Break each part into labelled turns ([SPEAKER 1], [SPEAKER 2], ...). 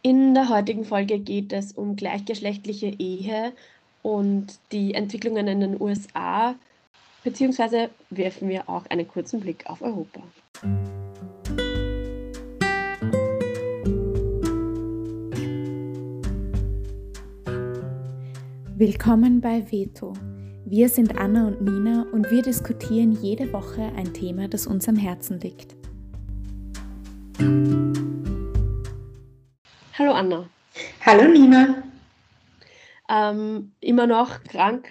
[SPEAKER 1] In der heutigen Folge geht es um gleichgeschlechtliche Ehe und die Entwicklungen in den USA, beziehungsweise werfen wir auch einen kurzen Blick auf Europa.
[SPEAKER 2] Willkommen bei Veto. Wir sind Anna und Nina und wir diskutieren jede Woche ein Thema, das uns am Herzen liegt.
[SPEAKER 1] Hallo Anna.
[SPEAKER 3] Hallo Nina.
[SPEAKER 1] Immer noch krank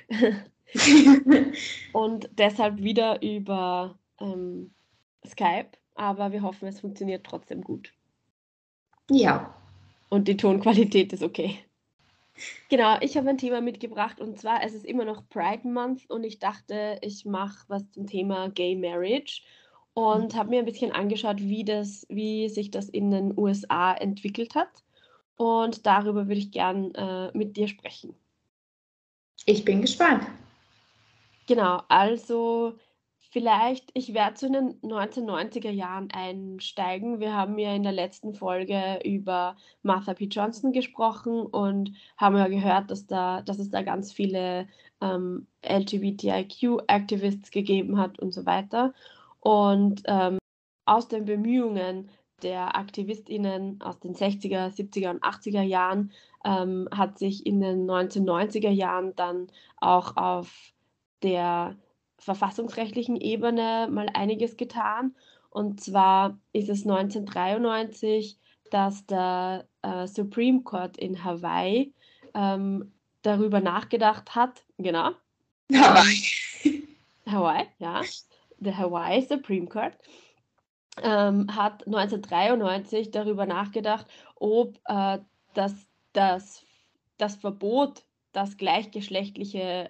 [SPEAKER 1] und deshalb wieder über Skype, aber wir hoffen, es funktioniert trotzdem gut.
[SPEAKER 3] Ja.
[SPEAKER 1] Und die Tonqualität ist okay. Genau, ich habe ein Thema mitgebracht und zwar, es ist immer noch Pride Month und ich dachte, ich mache was zum Thema Gay Marriage und habe mir ein bisschen angeschaut, wie sich das in den USA entwickelt hat und darüber würde ich gern mit dir sprechen.
[SPEAKER 3] Ich bin gespannt.
[SPEAKER 1] Genau, also vielleicht, ich werde zu den 1990er Jahren einsteigen. Wir haben ja in der letzten Folge über Marsha P. Johnson gesprochen und haben ja gehört, dass es da ganz viele LGBTIQ-Activists gegeben hat und so weiter. Und aus den Bemühungen der AktivistInnen aus den 60er, 70er und 80er Jahren hat sich in den 1990er Jahren dann auch auf der verfassungsrechtlichen Ebene mal einiges getan. Und zwar ist es 1993, dass der Supreme Court in Hawaii darüber nachgedacht hat, genau. Hawaii, ja. Der Hawaii Supreme Court hat 1993 darüber nachgedacht, ob das Verbot, dass gleichgeschlechtliche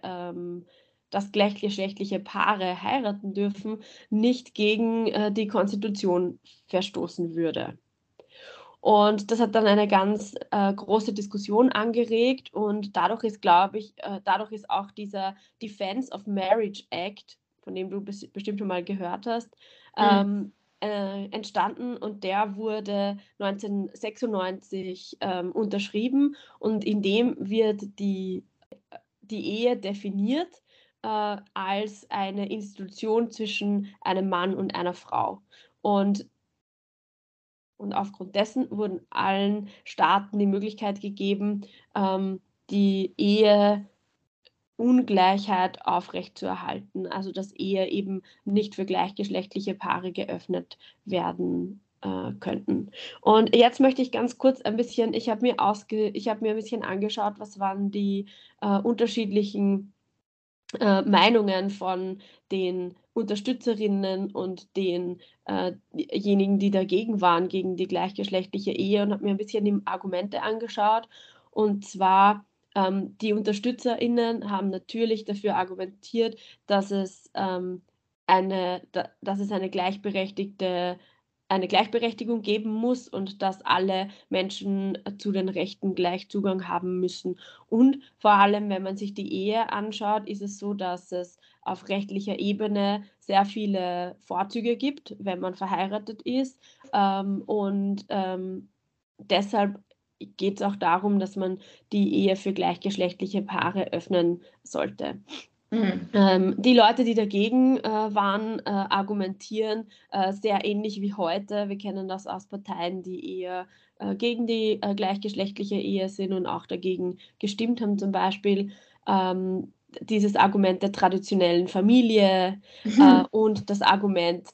[SPEAKER 1] Paare heiraten dürfen, nicht gegen die Konstitution verstoßen würde. Und das hat dann eine ganz große Diskussion angeregt und dadurch ist auch dieser Defense of Marriage Act, von dem du bestimmt schon mal gehört hast, entstanden und der wurde 1996 unterschrieben und in dem wird die Ehe definiert als eine Institution zwischen einem Mann und einer Frau. Und aufgrund dessen wurden allen Staaten die Möglichkeit gegeben, die Eheungleichheit aufrechtzuerhalten, also dass Ehe eben nicht für gleichgeschlechtliche Paare geöffnet werden könnten. Und jetzt möchte ich ganz kurz ein bisschen, ich habe mir ein bisschen angeschaut, was waren die unterschiedlichen Meinungen von den Unterstützerinnen und denjenigen, die dagegen waren, gegen die gleichgeschlechtliche Ehe und habe mir ein bisschen die Argumente angeschaut. Und zwar, die UnterstützerInnen haben natürlich dafür argumentiert, dass es eine Gleichberechtigung geben muss und dass alle Menschen zu den Rechten gleich Zugang haben müssen. Und vor allem, wenn man sich die Ehe anschaut, ist es so, dass es auf rechtlicher Ebene sehr viele Vorzüge gibt, wenn man verheiratet ist. Deshalb geht es auch darum, dass man die Ehe für gleichgeschlechtliche Paare öffnen sollte. Die Leute, die dagegen waren, argumentieren sehr ähnlich wie heute. Wir kennen das aus Parteien, die eher gegen die gleichgeschlechtliche Ehe sind und auch dagegen gestimmt haben, zum Beispiel dieses Argument der traditionellen Familie und das Argument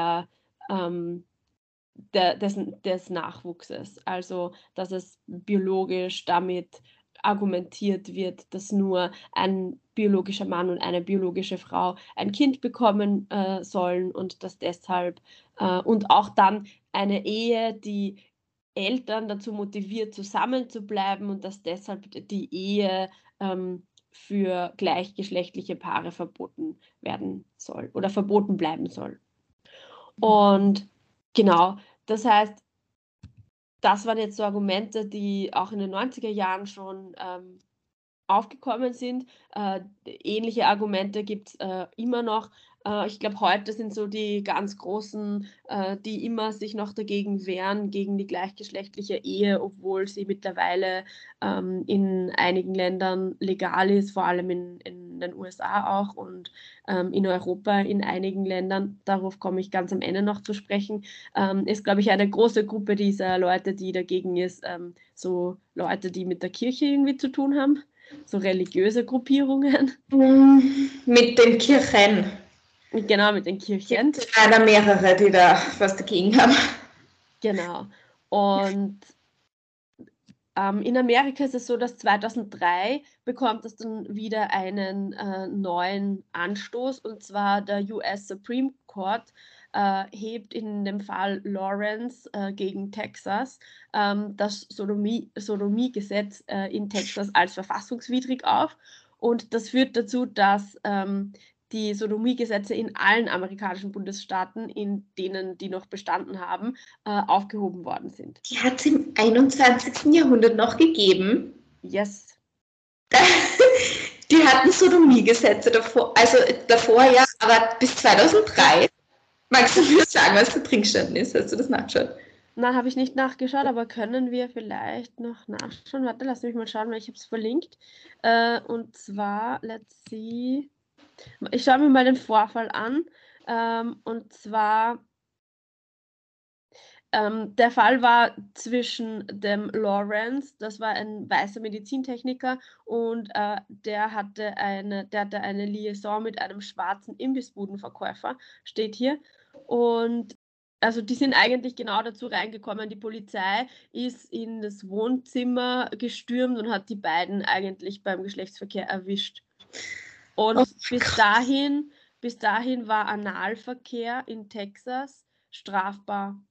[SPEAKER 1] des Nachwuchses. Also, dass es biologisch damit argumentiert wird, dass nur ein biologischer Mann und eine biologische Frau ein Kind bekommen sollen und dass deshalb und auch dann eine Ehe, die Eltern dazu motiviert, zusammen zu bleiben und dass deshalb die Ehe für gleichgeschlechtliche Paare verboten werden soll oder verboten bleiben soll. Und genau, das heißt, das waren jetzt so Argumente, die auch in den 90er Jahren schon aufgekommen sind. Ähnliche Argumente gibt es immer noch, Ich glaube, heute sind so die ganz Großen, die immer sich noch dagegen wehren, gegen die gleichgeschlechtliche Ehe, obwohl sie mittlerweile in einigen Ländern legal ist, vor allem in den USA auch und in Europa in einigen Ländern. Darauf komme ich ganz am Ende noch zu sprechen. Ist, glaube ich, eine große Gruppe dieser Leute, die dagegen ist, so Leute, die mit der Kirche irgendwie zu tun haben, so religiöse Gruppierungen.
[SPEAKER 3] Mit den Kirchen.
[SPEAKER 1] Genau, mit den Kirchen.
[SPEAKER 3] Es gibt leider mehrere, die da was dagegen haben.
[SPEAKER 1] Genau. Und in Amerika ist es so, dass 2003 bekommt es dann wieder einen neuen Anstoß, und zwar der US Supreme Court hebt in dem Fall Lawrence gegen Texas das Sodomiegesetz in Texas als verfassungswidrig auf. Und das führt dazu, dass die Sodomiegesetze in allen amerikanischen Bundesstaaten, in denen die noch bestanden haben, aufgehoben worden sind.
[SPEAKER 3] Die hat es im 21. Jahrhundert noch gegeben.
[SPEAKER 1] Yes.
[SPEAKER 3] Die hatten Sodomiegesetze davor, also davor ja, aber bis 2003. Magst du mir sagen, was da drin gestanden ist? Hast du das nachgeschaut?
[SPEAKER 1] Nein, habe ich nicht nachgeschaut, aber können wir vielleicht noch nachschauen? Warte, lass mich mal schauen, weil ich habe es verlinkt. Und zwar, let's see. Ich schaue mir mal den Vorfall an. Und zwar, der Fall war zwischen dem Lawrence, das war ein weißer Medizintechniker, und der hatte eine Liaison mit einem schwarzen Imbissbudenverkäufer, steht hier. Und also die sind eigentlich genau dazu reingekommen. Die Polizei ist in das Wohnzimmer gestürmt und hat die beiden eigentlich beim Geschlechtsverkehr erwischt. Und bis dahin war Analverkehr in Texas strafbar.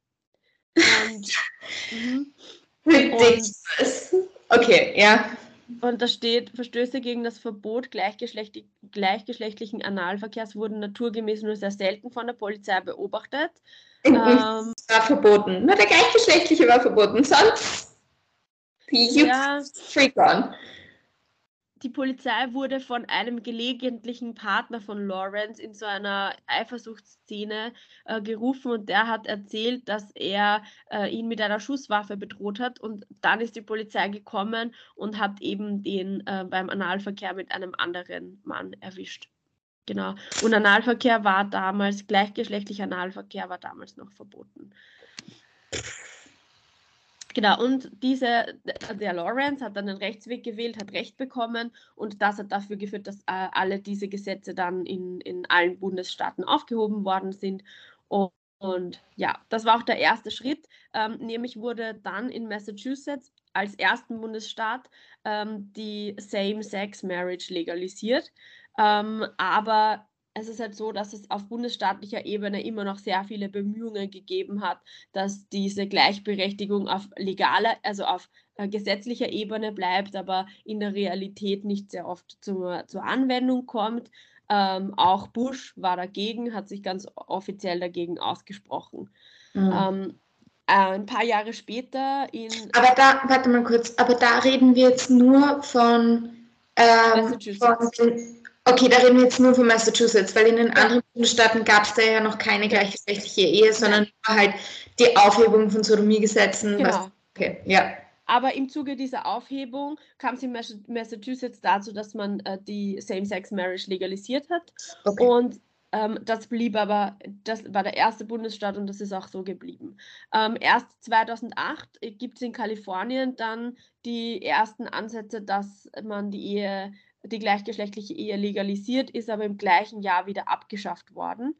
[SPEAKER 3] Okay, ja.
[SPEAKER 1] Und da steht, Verstöße gegen das Verbot gleichgeschlechtlichen Analverkehrs wurden naturgemäß nur sehr selten von der Polizei beobachtet.
[SPEAKER 3] War verboten. Nur der gleichgeschlechtliche war verboten, sonst freak on.
[SPEAKER 1] Die Polizei wurde von einem gelegentlichen Partner von Lawrence in so einer Eifersuchtsszene gerufen, und der hat erzählt, dass er ihn mit einer Schusswaffe bedroht hat, und dann ist die Polizei gekommen und hat eben den beim Analverkehr mit einem anderen Mann erwischt. Genau. Und gleichgeschlechtlicher Analverkehr war damals noch verboten. Genau, und der Lawrence hat dann den Rechtsweg gewählt, hat Recht bekommen, und das hat dafür geführt, dass alle diese Gesetze dann in allen Bundesstaaten aufgehoben worden sind. Und ja, das war auch der erste Schritt. Nämlich wurde dann in Massachusetts als ersten Bundesstaat die Same-Sex-Marriage legalisiert. Aber es ist halt so, dass es auf bundesstaatlicher Ebene immer noch sehr viele Bemühungen gegeben hat, dass diese Gleichberechtigung auf gesetzlicher Ebene bleibt, aber in der Realität nicht sehr oft zur Anwendung kommt. Auch Bush war dagegen, hat sich ganz offiziell dagegen ausgesprochen. Ein paar Jahre später
[SPEAKER 3] warte mal kurz, aber da reden wir jetzt nur von
[SPEAKER 1] Massachusetts.
[SPEAKER 3] Okay, da reden wir jetzt nur von Massachusetts, weil in den anderen Bundesstaaten gab es da ja noch keine gleichgeschlechtliche Ehe, sondern nur halt die Aufhebung von Sodomiegesetzen.
[SPEAKER 1] Genau.
[SPEAKER 3] Okay, ja.
[SPEAKER 1] Aber im Zuge dieser Aufhebung kam es in Massachusetts dazu, dass man die Same-Sex-Marriage legalisiert hat.
[SPEAKER 3] Okay.
[SPEAKER 1] Und das war der erste Bundesstaat, und das ist auch so geblieben. Erst 2008 gibt es in Kalifornien dann die ersten Ansätze, dass man die gleichgeschlechtliche Ehe legalisiert, ist aber im gleichen Jahr wieder abgeschafft worden.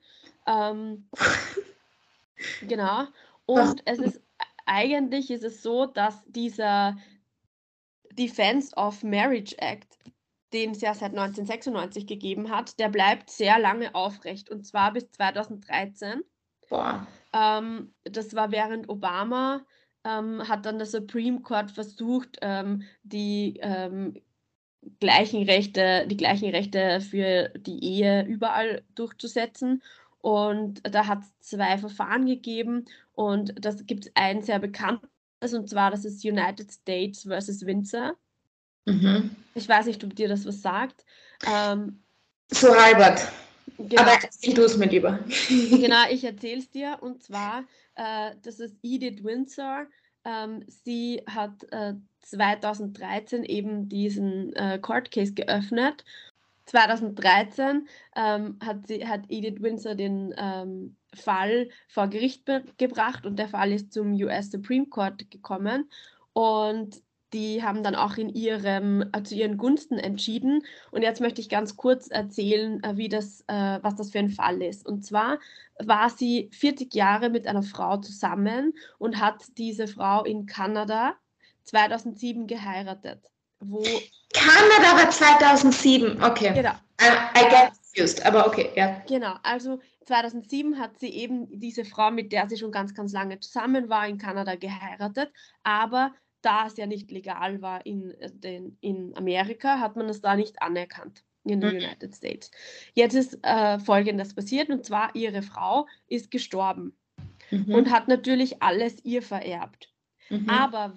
[SPEAKER 1] Genau. Und eigentlich ist es so, dass dieser Defense of Marriage Act, den es ja seit 1996 gegeben hat, der bleibt sehr lange aufrecht, und zwar bis 2013.
[SPEAKER 3] Boah.
[SPEAKER 1] Das war während Obama, hat dann der Supreme Court versucht, die gleichen Rechte für die Ehe überall durchzusetzen. Und da hat es 2 Verfahren gegeben, und das gibt es ein sehr bekanntes, und zwar das ist United States versus Windsor. Ich weiß nicht, ob dir das was sagt.
[SPEAKER 3] So halbert.
[SPEAKER 1] Genau.
[SPEAKER 3] Aber erzähl du es mir lieber.
[SPEAKER 1] Genau, ich erzähle es dir. Und zwar, das ist Edith Windsor. Sie hat 2013 eben diesen Court Case geöffnet. 2013 hat Edith Windsor den Fall vor Gericht gebracht und der Fall ist zum US Supreme Court gekommen und die haben dann auch zu ihren Gunsten entschieden. Und jetzt möchte ich ganz kurz erzählen, was das für ein Fall ist. Und zwar war sie 40 Jahre mit einer Frau zusammen und hat diese Frau in Kanada 2007 geheiratet.
[SPEAKER 3] Kanada war 2007, okay.
[SPEAKER 1] Genau.
[SPEAKER 3] I get confused, aber okay, ja.
[SPEAKER 1] Genau, also 2007 hat sie eben diese Frau, mit der sie schon ganz, ganz lange zusammen war, in Kanada geheiratet, aber da es ja nicht legal war in Amerika, hat man es da nicht anerkannt in den United States. Jetzt ist Folgendes passiert, und zwar ihre Frau ist gestorben und hat natürlich alles ihr vererbt. Aber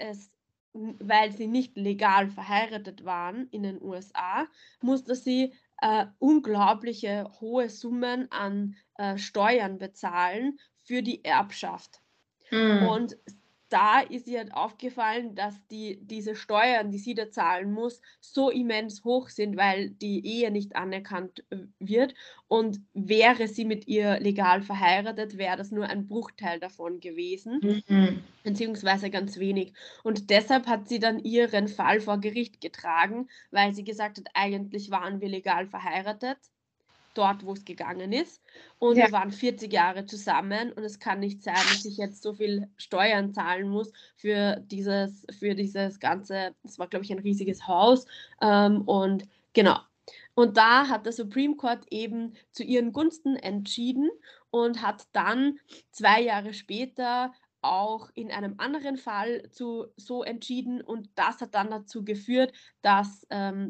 [SPEAKER 1] weil sie nicht legal verheiratet waren in den USA, musste sie unglaubliche hohe Summen an Steuern bezahlen für die Erbschaft. Und da ist ihr halt aufgefallen, dass diese Steuern, die sie da zahlen muss, so immens hoch sind, weil die Ehe nicht anerkannt wird. Und wäre sie mit ihr legal verheiratet, wäre das nur ein Bruchteil davon gewesen, beziehungsweise ganz wenig. Und deshalb hat sie dann ihren Fall vor Gericht getragen, weil sie gesagt hat, eigentlich waren wir legal verheiratet, dort, wo es gegangen ist. Und wir waren 40 Jahre zusammen und es kann nicht sein, dass ich jetzt so viel Steuern zahlen muss für dieses ganze, das war, glaube ich, ein riesiges Haus. Und genau. Und da hat der Supreme Court eben zu ihren Gunsten entschieden und hat dann 2 Jahre später auch in einem anderen Fall so entschieden, und das hat dann dazu geführt, dass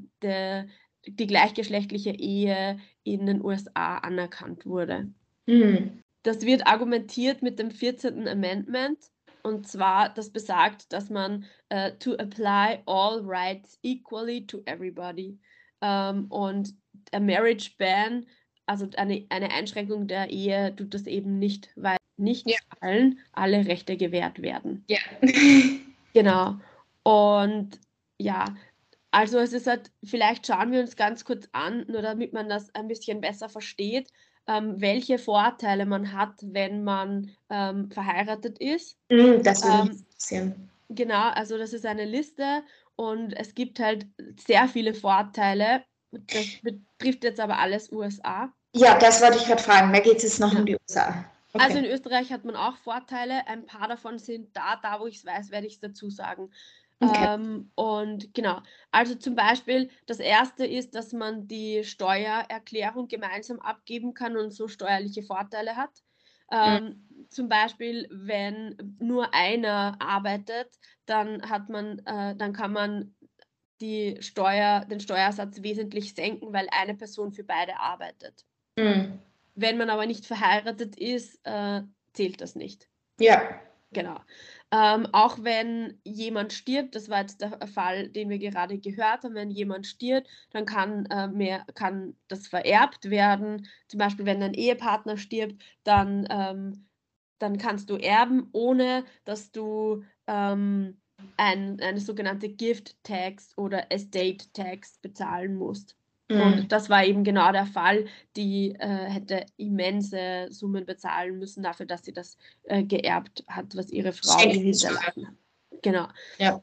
[SPEAKER 1] die gleichgeschlechtliche Ehe in den USA anerkannt wurde. Das wird argumentiert mit dem 14. Amendment, und zwar, das besagt, dass man to apply all rights equally to everybody. Und a marriage ban, also eine Einschränkung der Ehe, tut das eben nicht, weil nicht allen alle Rechte gewährt werden.
[SPEAKER 3] Ja.
[SPEAKER 1] Genau. Und ja, also es ist halt, vielleicht schauen wir uns ganz kurz an, nur damit man das ein bisschen besser versteht, welche Vorteile man hat, wenn man verheiratet ist.
[SPEAKER 3] Das würde mich interessieren.
[SPEAKER 1] Genau, also das ist eine Liste und es gibt halt sehr viele Vorteile. Das betrifft jetzt aber alles USA.
[SPEAKER 3] Ja, das wollte ich gerade fragen. Da geht es jetzt noch um die USA.
[SPEAKER 1] Okay. Also in Österreich hat man auch Vorteile. Ein paar davon sind da wo ich es weiß, werde ich es dazu sagen. Okay. Und genau, also zum Beispiel das erste ist, dass man die Steuererklärung gemeinsam abgeben kann und so steuerliche Vorteile hat. Zum Beispiel, wenn nur einer arbeitet, dann kann man den Steuersatz wesentlich senken, weil eine Person für beide arbeitet. Wenn man aber nicht verheiratet ist, zählt das nicht. Ja. Genau. Auch wenn jemand stirbt, das war jetzt der Fall, den wir gerade gehört haben, wenn jemand stirbt, dann kann das vererbt werden. Zum Beispiel, wenn dein Ehepartner stirbt, dann kannst du erben, ohne dass du eine sogenannte Gift Tax oder Estate Tax bezahlen musst. Und das war eben genau der Fall. Die hätte immense Summen bezahlen müssen dafür, dass sie das geerbt hat, was ihre Frau ihr hinterlassen hat. Genau. Ja.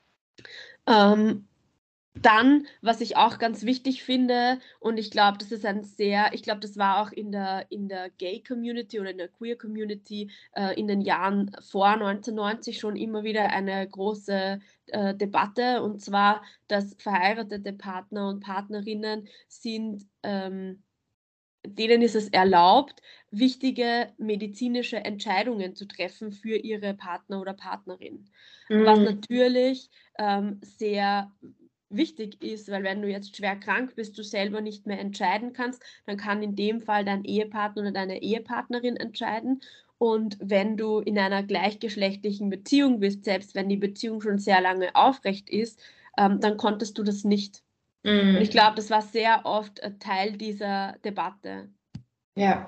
[SPEAKER 1] Dann, was ich auch ganz wichtig finde, und ich glaube, das war auch in der Gay-Community oder in der Queer-Community in den Jahren vor 1990 schon immer wieder eine große Debatte, und zwar, dass verheiratete Partner und Partnerinnen denen ist es erlaubt, wichtige medizinische Entscheidungen zu treffen für ihre Partner oder Partnerin. Was natürlich sehr wichtig ist, weil wenn du jetzt schwer krank bist, du selber nicht mehr entscheiden kannst, dann kann in dem Fall dein Ehepartner oder deine Ehepartnerin entscheiden. Und wenn du in einer gleichgeschlechtlichen Beziehung bist, selbst wenn die Beziehung schon sehr lange aufrecht ist, dann konntest du das nicht. Und ich
[SPEAKER 3] Mhm.
[SPEAKER 1] glaube, das war sehr oft Teil dieser Debatte.
[SPEAKER 3] Ja.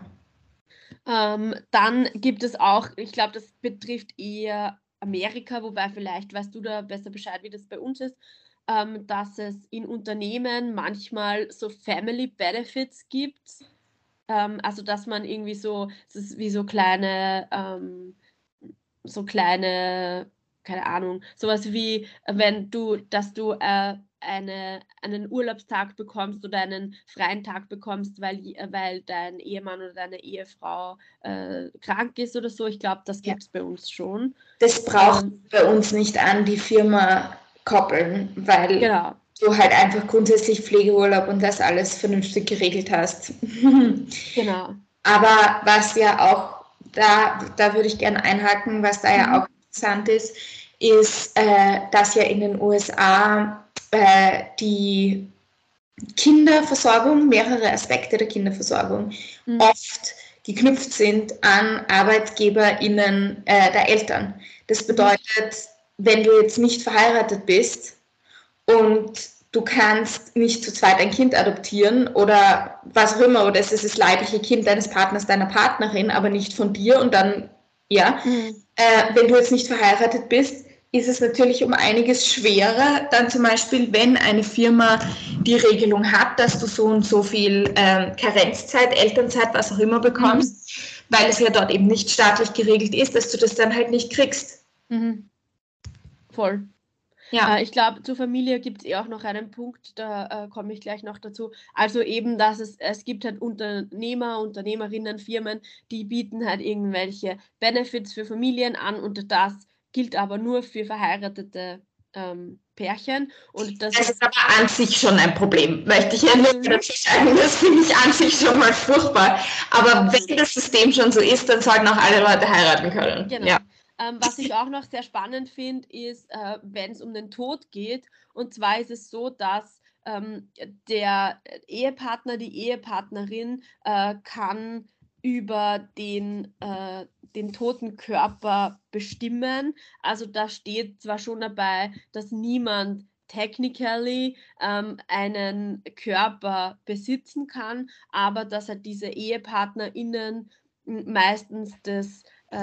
[SPEAKER 1] Dann gibt es auch, ich glaube, das betrifft eher Amerika, wobei vielleicht weißt du da besser Bescheid, wie das bei uns ist, dass es in Unternehmen manchmal so Family Benefits gibt. Also dass man irgendwie so, es ist wie so kleine, keine Ahnung, sowas wie, dass du einen Urlaubstag bekommst oder einen freien Tag bekommst, weil dein Ehemann oder deine Ehefrau krank ist oder so. Ich glaube, das
[SPEAKER 3] Ja.
[SPEAKER 1] gibt es bei uns schon.
[SPEAKER 3] Das braucht
[SPEAKER 1] Ähm,
[SPEAKER 3] bei uns nicht an die Firma koppeln, weil
[SPEAKER 1] genau.
[SPEAKER 3] du halt einfach grundsätzlich Pflegeurlaub und das alles vernünftig geregelt hast.
[SPEAKER 1] Genau.
[SPEAKER 3] Aber was ja auch, da würde ich gerne einhaken, was da ja auch interessant ist, dass ja in den USA die Kinderversorgung, mehrere Aspekte der Kinderversorgung oft geknüpft sind an ArbeitgeberInnen der Eltern. Das bedeutet, wenn du jetzt nicht verheiratet bist und du kannst nicht zu zweit ein Kind adoptieren oder was auch immer, oder es ist das leibliche Kind deines Partners, deiner Partnerin, aber nicht von dir und dann, ja, wenn du jetzt nicht verheiratet bist, ist es natürlich um einiges schwerer, dann zum Beispiel, wenn eine Firma die Regelung hat, dass du so und so viel Karenzzeit, Elternzeit, was auch immer bekommst, weil es ja dort eben nicht staatlich geregelt ist, dass du das dann halt nicht kriegst.
[SPEAKER 1] Voll.
[SPEAKER 3] Ja.
[SPEAKER 1] Ich glaube, zur Familie gibt es auch noch einen Punkt, da komme ich gleich noch dazu. Also eben, dass es gibt halt Unternehmer, Unternehmerinnen, Firmen, die bieten halt irgendwelche Benefits für Familien an und das gilt aber nur für verheiratete Pärchen. Und das
[SPEAKER 3] ist aber an sich schon ein Problem, möchte ich ja nur dazu sagen. Das finde ich an sich schon mal furchtbar. Aber wenn das System schon so ist, dann sollten auch alle Leute heiraten können.
[SPEAKER 1] Genau.
[SPEAKER 3] Ja.
[SPEAKER 1] Was ich auch noch sehr spannend finde, ist, wenn es um den Tod geht. Und zwar ist es so, dass der Ehepartner, die Ehepartnerin kann über den toten Körper bestimmen. Also da steht zwar schon dabei, dass niemand technically einen Körper besitzen kann, aber dass halt diese EhepartnerInnen meistens das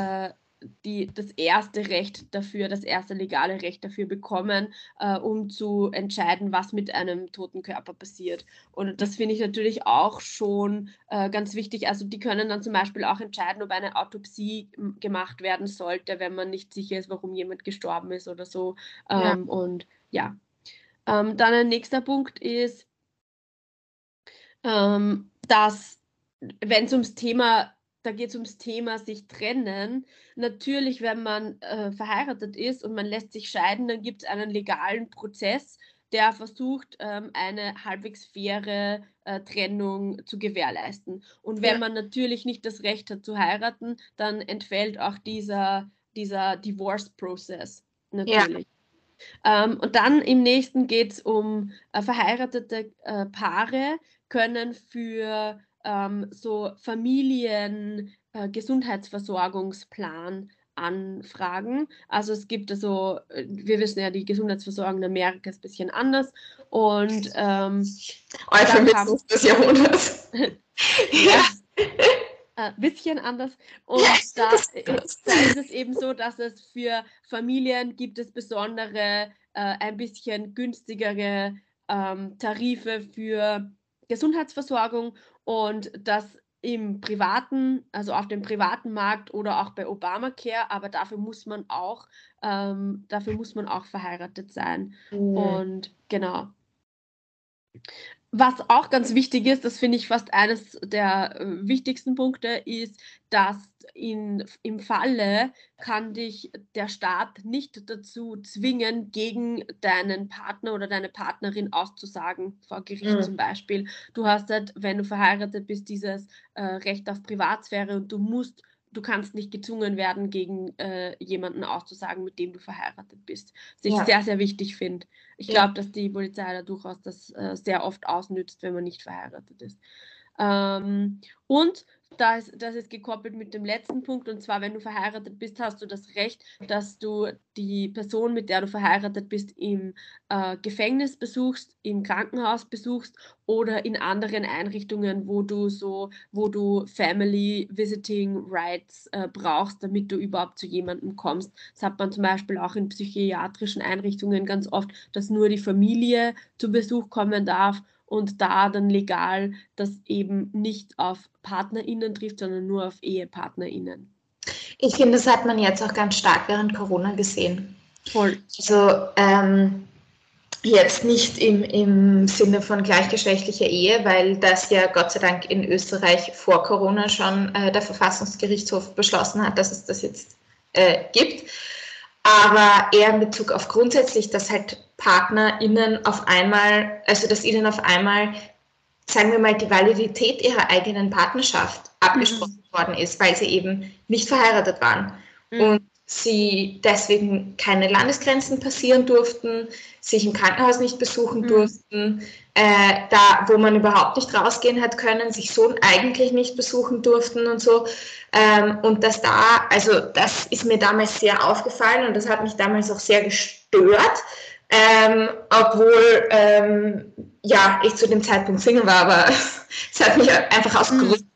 [SPEAKER 1] erste Recht dafür, das erste legale Recht dafür bekommen, um zu entscheiden, was mit einem toten Körper passiert. Und das finde ich natürlich auch schon ganz wichtig. Also die können dann zum Beispiel auch entscheiden, ob eine Autopsie gemacht werden sollte, wenn man nicht sicher ist, warum jemand gestorben ist oder so. Und ja. Dann ein nächster Punkt ist, dass wenn es ums Thema da geht es ums Thema sich trennen. Natürlich, wenn man verheiratet ist und man lässt sich scheiden, dann gibt es einen legalen Prozess, der versucht, eine halbwegs faire Trennung zu gewährleisten. Und wenn man natürlich nicht das Recht hat zu heiraten, dann entfällt auch dieser Divorce-Prozess natürlich. Und dann im nächsten geht es um verheiratete Paare können für so Familien-Gesundheitsversorgungsplan anfragen. Also es gibt also, wir wissen ja, die Gesundheitsversorgung in Amerika ist ein bisschen anders und
[SPEAKER 3] Euphemismus des Jahrhunderts.
[SPEAKER 1] ja. Bisschen anders. Und da ist es eben so, dass es für Familien gibt es besondere, ein bisschen günstigere Tarife für Gesundheitsversorgung und das im privaten, also auf dem privaten Markt oder auch bei Obamacare, aber dafür muss man auch verheiratet sein. Und genau. Was auch ganz wichtig ist, das finde ich fast eines der wichtigsten Punkte, ist, dass im Falle kann dich der Staat nicht dazu zwingen, gegen deinen Partner oder deine Partnerin auszusagen, vor Gericht zum Beispiel. Du hast halt, wenn du verheiratet bist, dieses Recht auf Privatsphäre und du kannst nicht gezwungen werden, gegen jemanden auszusagen, mit dem du verheiratet bist. Was ich sehr, sehr wichtig finde. Ich glaube, dass die Polizei da durchaus das sehr oft ausnützt, wenn man nicht verheiratet ist. Und das ist gekoppelt mit dem letzten Punkt, und zwar, wenn du verheiratet bist, hast du das Recht, dass du die Person, mit der du verheiratet bist, im Gefängnis besuchst, im Krankenhaus besuchst oder in anderen Einrichtungen, wo du Family Visiting Rights brauchst, damit du überhaupt zu jemandem kommst. Das hat man zum Beispiel auch in psychiatrischen Einrichtungen ganz oft, dass nur die Familie zu Besuch kommen darf und da dann legal das eben nicht auf PartnerInnen trifft, sondern nur auf EhepartnerInnen.
[SPEAKER 3] Ich finde, das hat man jetzt auch ganz stark während Corona gesehen.
[SPEAKER 1] Voll.
[SPEAKER 3] Also jetzt nicht im Sinne von gleichgeschlechtlicher Ehe, weil das ja Gott sei Dank in Österreich vor Corona schon der Verfassungsgerichtshof beschlossen hat, dass es das jetzt gibt. Aber eher in Bezug auf grundsätzlich, dass halt PartnerInnen auf einmal, also dass ihnen auf einmal, sagen wir mal, die Validität ihrer eigenen Partnerschaft abgesprochen worden ist, weil sie eben nicht verheiratet waren. Und sie deswegen keine Landesgrenzen passieren durften, sich im Krankenhaus nicht besuchen durften, da wo man überhaupt nicht rausgehen hat können, sich Sohn eigentlich nicht besuchen durften und so. Und das ist mir damals sehr aufgefallen und das hat mich damals auch sehr gestört, obwohl ich zu dem Zeitpunkt Single war, aber es hat mich einfach aus Gründen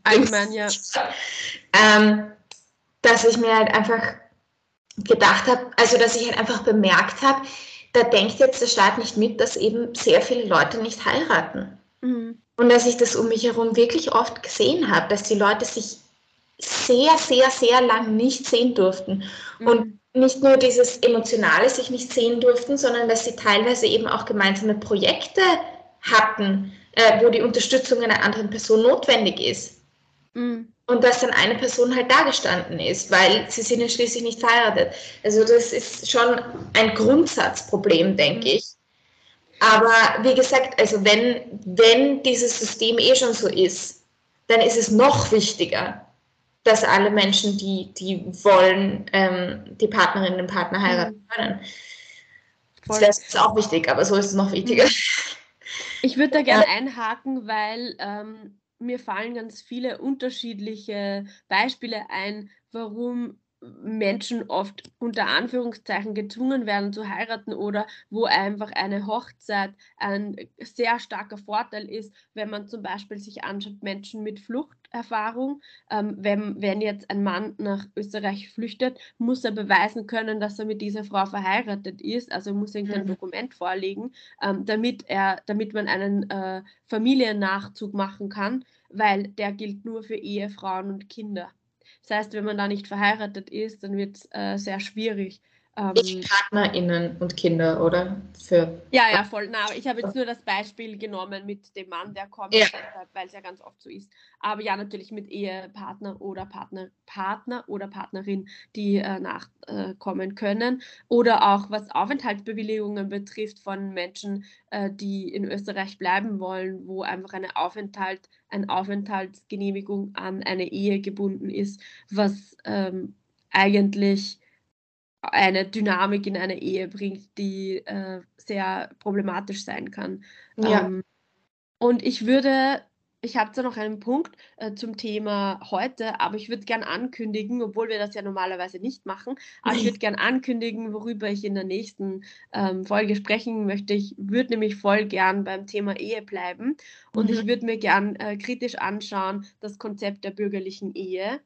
[SPEAKER 3] dass ich mir halt einfach gedacht habe, also dass ich halt einfach bemerkt habe, da denkt jetzt der Staat nicht mit, dass eben sehr viele Leute nicht heiraten. Und dass ich das um mich herum wirklich oft gesehen habe, dass die Leute sich sehr, sehr, sehr lang nicht sehen durften. Und nicht nur dieses Emotionale sich nicht sehen durften, sondern dass sie teilweise eben auch gemeinsame Projekte hatten, wo die Unterstützung einer anderen Person notwendig ist. Und dass dann eine Person halt da gestanden ist, weil sie sind ja schließlich nicht verheiratet. Also das ist schon ein Grundsatzproblem, denke ich. Aber wie gesagt, also wenn dieses System schon so ist, dann ist es noch wichtiger, dass alle Menschen, die wollen, die Partnerinnen und Partner heiraten können. Das ist auch wichtig, aber so ist es noch wichtiger.
[SPEAKER 1] Ich würde da gerne einhaken, weil mir fallen ganz viele unterschiedliche Beispiele ein, warum Menschen oft unter Anführungszeichen gezwungen werden zu heiraten oder wo einfach eine Hochzeit ein sehr starker Vorteil ist, wenn man zum Beispiel sich anschaut, Menschen mit Fluchterfahrung. Wenn jetzt ein Mann nach Österreich flüchtet, muss er beweisen können, dass er mit dieser Frau verheiratet ist, also muss irgendein Dokument vorlegen, damit man einen Familiennachzug machen kann, weil der gilt nur für Ehefrauen und Kinder. Das heißt, wenn man da nicht verheiratet ist, dann wird es sehr schwierig.
[SPEAKER 3] PartnerInnen und Kinder, oder?
[SPEAKER 1] Ja, voll. Na, ich habe jetzt nur das Beispiel genommen mit dem Mann, der kommt, weil es ja ganz oft so ist. Aber ja, natürlich mit Ehepartner oder Partner oder Partnerin, die nachkommen können. Oder auch was Aufenthaltsbewilligungen betrifft von Menschen, die in Österreich bleiben wollen, wo einfach eine Aufenthaltsgenehmigung an eine Ehe gebunden ist, was eigentlich eine Dynamik in eine Ehe bringt, die sehr problematisch sein kann.
[SPEAKER 3] Ja.
[SPEAKER 1] Und ich habe zwar noch einen Punkt zum Thema heute, aber ich würde gern ankündigen, obwohl wir das ja normalerweise nicht machen, aber ich würde gern ankündigen, worüber ich in der nächsten Folge sprechen möchte. Ich würde nämlich voll gern beim Thema Ehe bleiben und ich würde mir gern kritisch anschauen, das Konzept der bürgerlichen Ehe.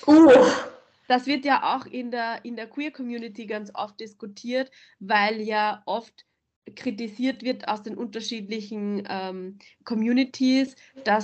[SPEAKER 1] Das wird ja auch in der Queer-Community ganz oft diskutiert, weil ja oft kritisiert wird aus den unterschiedlichen Communities,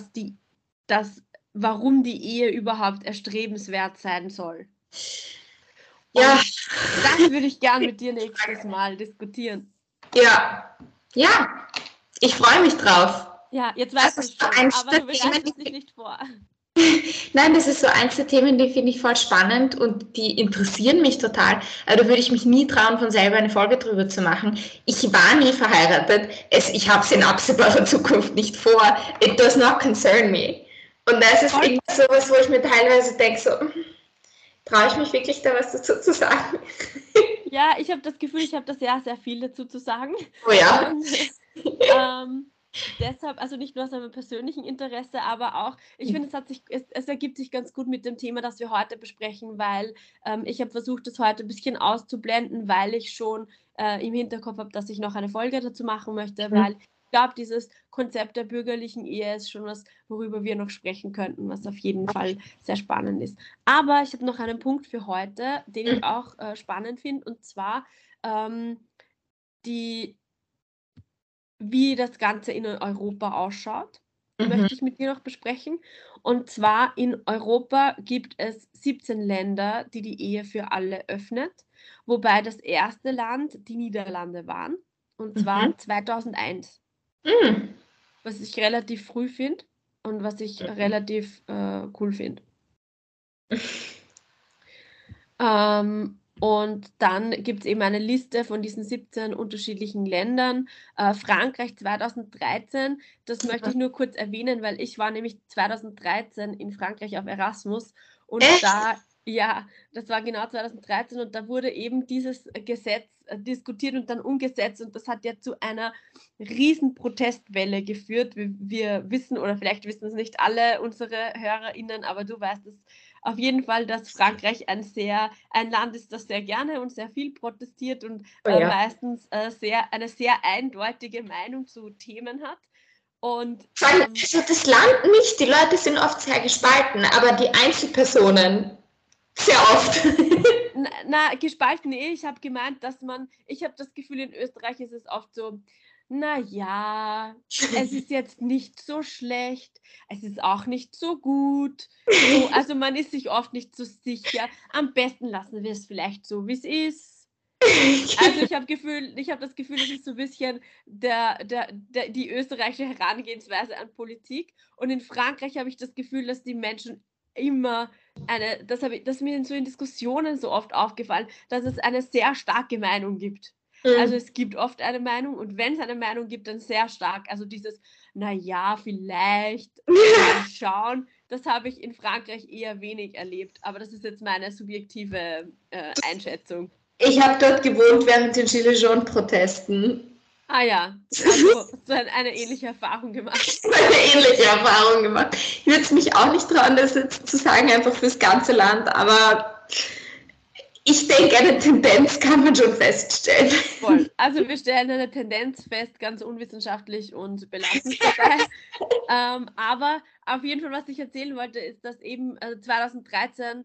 [SPEAKER 1] warum die Ehe überhaupt erstrebenswert sein soll.
[SPEAKER 3] Ja.
[SPEAKER 1] Und das würde ich gern mit dir nächstes Mal diskutieren.
[SPEAKER 3] Ja, ich freue mich drauf.
[SPEAKER 1] Ja, jetzt weißt du es schon, aber du bereitest dich nicht vor.
[SPEAKER 3] Nein, das ist so eins der Themen, die finde ich voll spannend und die interessieren mich total. Aber da würde ich mich nie trauen, von selber eine Folge drüber zu machen. Ich war nie verheiratet. Ich habe es in absehbarer Zukunft nicht vor. It does not concern me. Und das ist irgendwie sowas, wo ich mir teilweise denke, so, traue ich mich wirklich da was dazu zu sagen?
[SPEAKER 1] Ja, ich habe das Gefühl, ich habe da sehr, sehr viel dazu zu sagen.
[SPEAKER 3] Oh ja.
[SPEAKER 1] deshalb, also nicht nur aus einem persönlichen Interesse, aber auch, ich finde, es ergibt sich ganz gut mit dem Thema, das wir heute besprechen, weil ich habe versucht, das heute ein bisschen auszublenden, weil ich schon im Hinterkopf habe, dass ich noch eine Folge dazu machen möchte, weil ich glaube, dieses Konzept der bürgerlichen Ehe ist schon was, worüber wir noch sprechen könnten, was auf jeden Fall sehr spannend ist. Aber ich habe noch einen Punkt für heute, den ich auch spannend finde, und zwar wie das Ganze in Europa ausschaut, möchte ich mit dir noch besprechen. Und zwar in Europa gibt es 17 Länder, die die Ehe für alle öffnet, wobei das erste Land die Niederlande waren, und zwar 2001, was ich relativ früh finde und was ich relativ cool finde. Und dann gibt es eben eine Liste von diesen 17 unterschiedlichen Ländern. Frankreich 2013, das möchte ich nur kurz erwähnen, weil ich war nämlich 2013 in Frankreich auf Erasmus und das war genau 2013 und da wurde eben dieses Gesetz diskutiert und dann umgesetzt und das hat ja zu einer riesen Protestwelle geführt. Wir wissen, oder vielleicht wissen es nicht alle unsere HörerInnen, aber du weißt es auf jeden Fall, dass Frankreich ein Land ist, das sehr gerne und sehr viel protestiert und meistens eine sehr eindeutige Meinung zu Themen hat. Und
[SPEAKER 3] also das Land nicht, die Leute sind oft sehr gespalten, aber die Einzelpersonen sehr oft.
[SPEAKER 1] Gespalten ich habe gemeint, ich habe das Gefühl, in Österreich ist es oft so, naja, es ist jetzt nicht so schlecht, es ist auch nicht so gut. So, also man ist sich oft nicht so sicher. Am besten lassen wir es vielleicht so, wie es ist. Also ich habe das Gefühl, es ist so ein bisschen die österreichische Herangehensweise an Politik. Und in Frankreich habe ich das Gefühl, dass die Menschen immer das ist mir so in Diskussionen so oft aufgefallen, dass es eine sehr starke Meinung gibt. Also es gibt oft eine Meinung und wenn es eine Meinung gibt, dann sehr stark. Also dieses, naja, vielleicht, mal schauen, das habe ich in Frankreich eher wenig erlebt. Aber das ist jetzt meine subjektive Einschätzung.
[SPEAKER 3] Ich habe dort gewohnt während den Gilets Jaunes-Protesten.
[SPEAKER 1] Ah ja, also so eine ähnliche Erfahrung gemacht.
[SPEAKER 3] Ich würde mich auch nicht trauen, das jetzt zu sagen, einfach fürs ganze Land, aber ich denke, eine Tendenz kann man schon feststellen.
[SPEAKER 1] Voll. Also wir stellen eine Tendenz fest, ganz unwissenschaftlich und belastend dabei. Aber auf jeden Fall, was ich erzählen wollte, ist, dass eben 2013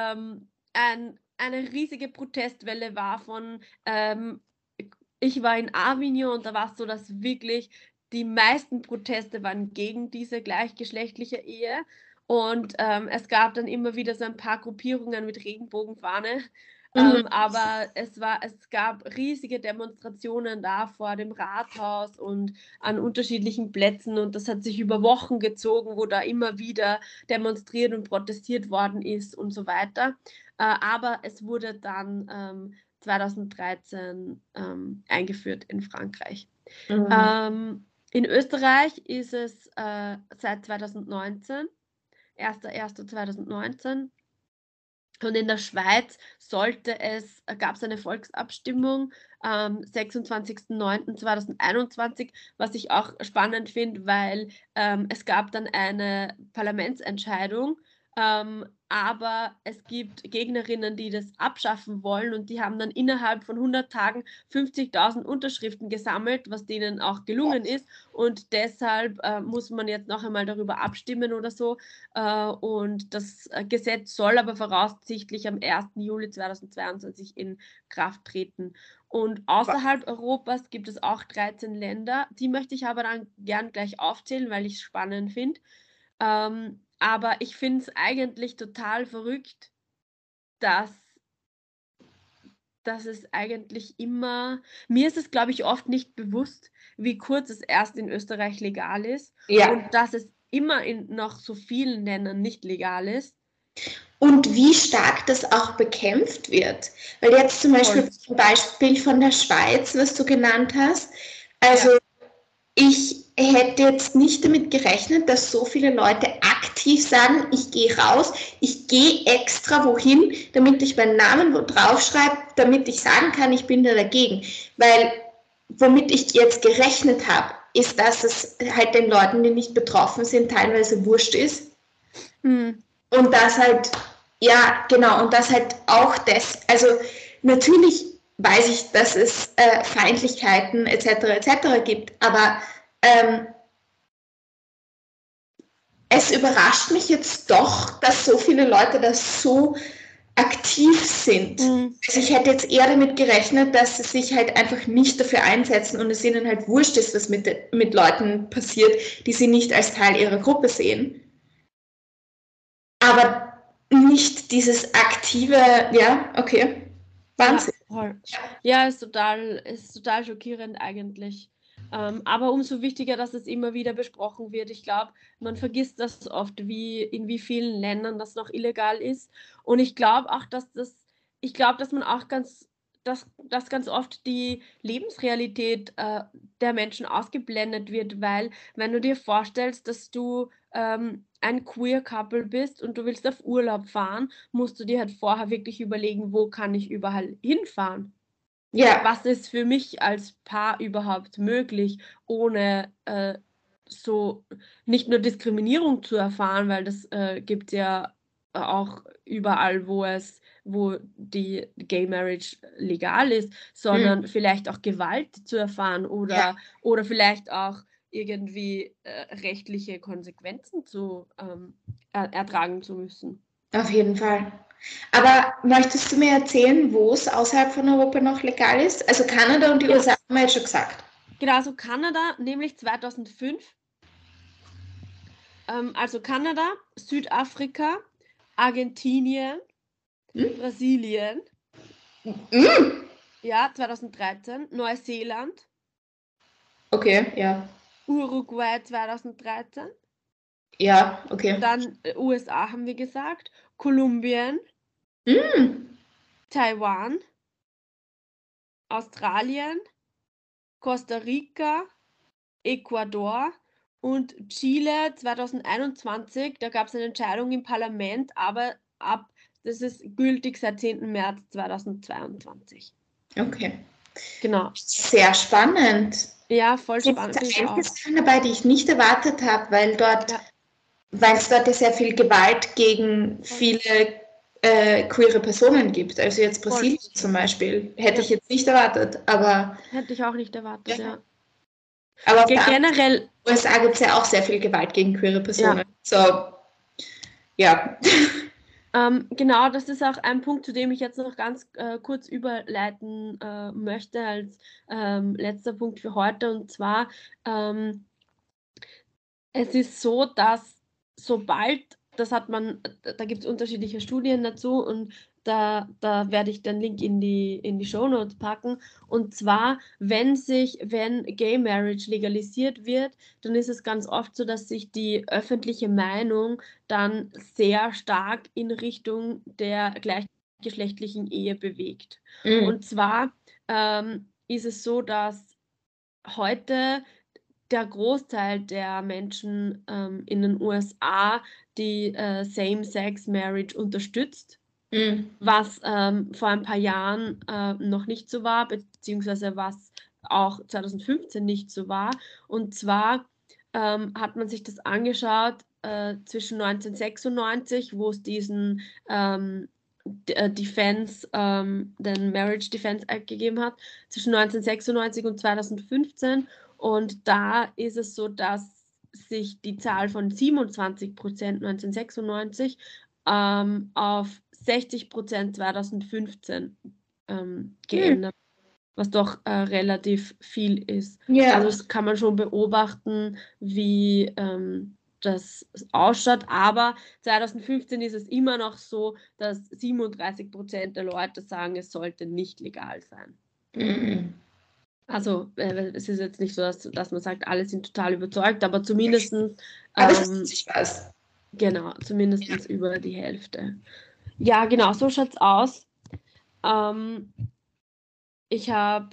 [SPEAKER 1] eine riesige Protestwelle war von ich war in Avignon und da war es so, dass wirklich die meisten Proteste waren gegen diese gleichgeschlechtliche Ehe. Und es gab dann immer wieder so ein paar Gruppierungen mit Regenbogenfahne. Aber es gab riesige Demonstrationen da vor dem Rathaus und an unterschiedlichen Plätzen. Und das hat sich über Wochen gezogen, wo da immer wieder demonstriert und protestiert worden ist und so weiter. Aber es wurde dann 2013 eingeführt in Frankreich. In Österreich ist es seit 2019, 1.1.2019. Und in der Schweiz gab es eine Volksabstimmung am 26.09.2021, was ich auch spannend finde, weil es gab dann eine Parlamentsentscheidung, aber es gibt Gegnerinnen, die das abschaffen wollen und die haben dann innerhalb von 100 Tagen 50.000 Unterschriften gesammelt, was denen auch gelungen ist und deshalb muss man jetzt noch einmal darüber abstimmen oder so und das Gesetz soll aber voraussichtlich am 1. Juli 2022 in Kraft treten. Und außerhalb Europas gibt es auch 13 Länder, die möchte ich aber dann gern gleich aufzählen, weil ich es spannend finde. Aber ich finde es eigentlich total verrückt, dass es eigentlich immer, mir ist es, glaube ich, oft nicht bewusst, wie kurz es erst in Österreich legal ist und dass es immer in noch so vielen Ländern nicht legal ist.
[SPEAKER 3] Und wie stark das auch bekämpft wird. Weil jetzt zum Beispiel von der Schweiz, was du genannt hast, also ich hätte jetzt nicht damit gerechnet, dass so viele Leute aktiv sagen, ich gehe raus, ich gehe extra wohin, damit ich meinen Namen wo draufschreibe, damit ich sagen kann, ich bin da dagegen. Weil womit ich jetzt gerechnet habe, ist, dass es halt den Leuten, die nicht betroffen sind, teilweise wurscht ist. Und das halt, ja, genau, und das halt auch also natürlich weiß ich, dass es Feindlichkeiten etc. gibt, aber es überrascht mich jetzt doch, dass so viele Leute das so aktiv sind. Also ich hätte jetzt eher damit gerechnet, dass sie sich halt einfach nicht dafür einsetzen und es ihnen halt wurscht ist, was mit Leuten passiert, die sie nicht als Teil ihrer Gruppe sehen. Aber nicht dieses aktive, ja, okay, Wahnsinn.
[SPEAKER 1] Ja, ist total schockierend eigentlich. Aber umso wichtiger, dass es immer wieder besprochen wird. Ich glaube, man vergisst das oft, in wie vielen Ländern das noch illegal ist. Und ich glaube auch, dass man auch dass ganz oft die Lebensrealität der Menschen ausgeblendet wird, weil wenn du dir vorstellst, dass du ein Queer-Couple bist und du willst auf Urlaub fahren, musst du dir halt vorher wirklich überlegen, wo kann ich überall hinfahren?
[SPEAKER 3] Ja.
[SPEAKER 1] Was ist für mich als Paar überhaupt möglich, ohne so nicht nur Diskriminierung zu erfahren, weil das gibt es ja auch überall, wo die Gay Marriage legal ist, sondern vielleicht auch Gewalt zu erfahren oder vielleicht auch irgendwie rechtliche Konsequenzen ertragen zu müssen.
[SPEAKER 3] Auf jeden Fall. Aber möchtest du mir erzählen, wo es außerhalb von Europa noch legal ist? Also Kanada und die USA haben wir jetzt schon gesagt.
[SPEAKER 1] Genau, also Kanada, nämlich 2005. Also Kanada, Südafrika, Argentinien, Brasilien. Ja, 2013. Neuseeland.
[SPEAKER 3] Okay, ja.
[SPEAKER 1] Uruguay 2013.
[SPEAKER 3] Ja, okay.
[SPEAKER 1] Dann USA haben wir gesagt. Kolumbien. Taiwan. Australien. Costa Rica. Ecuador. Und Chile 2021. Da gab es eine Entscheidung im Parlament, aber das ist gültig seit 10. März 2022.
[SPEAKER 3] Okay.
[SPEAKER 1] Genau.
[SPEAKER 3] Sehr spannend.
[SPEAKER 1] Ja, voll spannend.
[SPEAKER 3] Es sind einige Sachen dabei, die ich nicht erwartet habe, weil es dort ja sehr viel Gewalt gegen viele queere Personen gibt. Also jetzt Brasilien zum Beispiel. Hätte ich jetzt nicht erwartet, aber...
[SPEAKER 1] Hätte ich auch nicht erwartet, ja.
[SPEAKER 3] Aber
[SPEAKER 1] generell...
[SPEAKER 3] In den USA gibt es ja auch sehr viel Gewalt gegen queere Personen. So, ja.
[SPEAKER 1] Genau, das ist auch ein Punkt, zu dem ich jetzt noch ganz kurz überleiten möchte als letzter Punkt für heute. Und zwar, es ist so, dass sobald, da gibt es unterschiedliche Studien dazu und da werde ich den Link in die Shownotes packen. Und zwar, wenn Gay Marriage legalisiert wird, dann ist es ganz oft so, dass sich die öffentliche Meinung dann sehr stark in Richtung der gleichgeschlechtlichen Ehe bewegt. Und zwar ist es so, dass heute der Großteil der Menschen in den USA die Same-Sex-Marriage unterstützt, was vor ein paar Jahren noch nicht so war, beziehungsweise was auch 2015 nicht so war. Und zwar hat man sich das angeschaut zwischen 1996, wo es diesen den Marriage Defense Act gegeben hat, zwischen 1996 und 2015. Und da ist es so, dass sich die Zahl von 27% 1996 auf 60% 2015 geändert, was doch relativ viel ist.
[SPEAKER 3] Ja.
[SPEAKER 1] Also das kann man schon beobachten, wie das ausschaut, aber 2015 ist es immer noch so, dass 37% der Leute sagen, es sollte nicht legal sein. Also es ist jetzt nicht so, dass man sagt, alle sind total überzeugt, aber zumindest genau, zumindest über die Hälfte. Ja, genau, so schaut es aus. Ich habe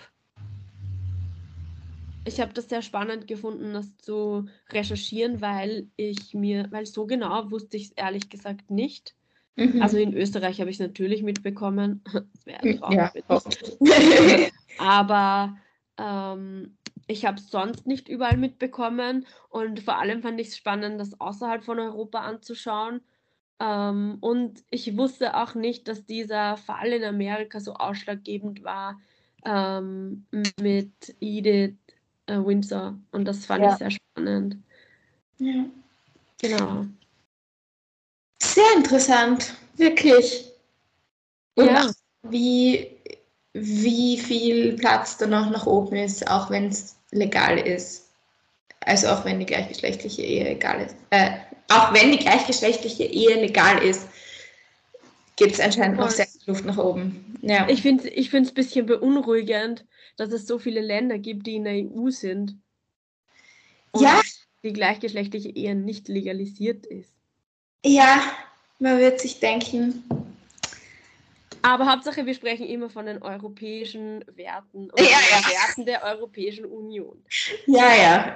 [SPEAKER 1] das sehr spannend gefunden, das zu recherchieren, weil so genau wusste ich es ehrlich gesagt nicht. Also in Österreich habe ich es natürlich mitbekommen. Das wäre traurig. Aber ich habe es sonst nicht überall mitbekommen und vor allem fand ich es spannend, das außerhalb von Europa anzuschauen. Und ich wusste auch nicht, dass dieser Fall in Amerika so ausschlaggebend war mit Edith Windsor. Und das fand ich sehr spannend.
[SPEAKER 3] Ja.
[SPEAKER 1] Genau.
[SPEAKER 3] Sehr interessant, wirklich. Und
[SPEAKER 1] Ja.
[SPEAKER 3] auch wie viel Platz da noch nach oben ist, auch wenn es legal ist. Also auch wenn die gleichgeschlechtliche Ehe legal ist. Auch wenn die gleichgeschlechtliche Ehe legal ist, gibt es anscheinend noch sehr viel Luft nach oben. Ja.
[SPEAKER 1] Ich finde es ein bisschen beunruhigend, dass es so viele Länder gibt, die in der EU sind. Und die gleichgeschlechtliche Ehe nicht legalisiert ist.
[SPEAKER 3] Ja, man wird sich denken.
[SPEAKER 1] Aber Hauptsache, wir sprechen immer von den europäischen Werten und den Werten der Europäischen Union.
[SPEAKER 3] Ja,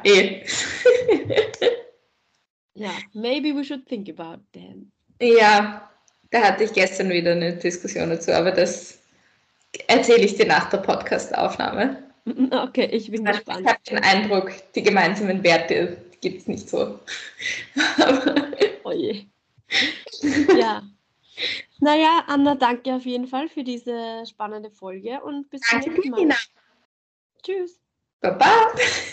[SPEAKER 1] Ja, maybe we should think about them.
[SPEAKER 3] Ja, da hatte ich gestern wieder eine Diskussion dazu, aber das erzähle ich dir nach der Podcast-Aufnahme.
[SPEAKER 1] Okay, ich bin gespannt.
[SPEAKER 3] Ich habe den Eindruck, die gemeinsamen Werte gibt es nicht so.
[SPEAKER 1] Oh je. Ja. Naja, Anna, danke auf jeden Fall für diese spannende Folge und bis zum nächsten Mal.
[SPEAKER 3] Nina.
[SPEAKER 1] Tschüss.
[SPEAKER 3] Baba.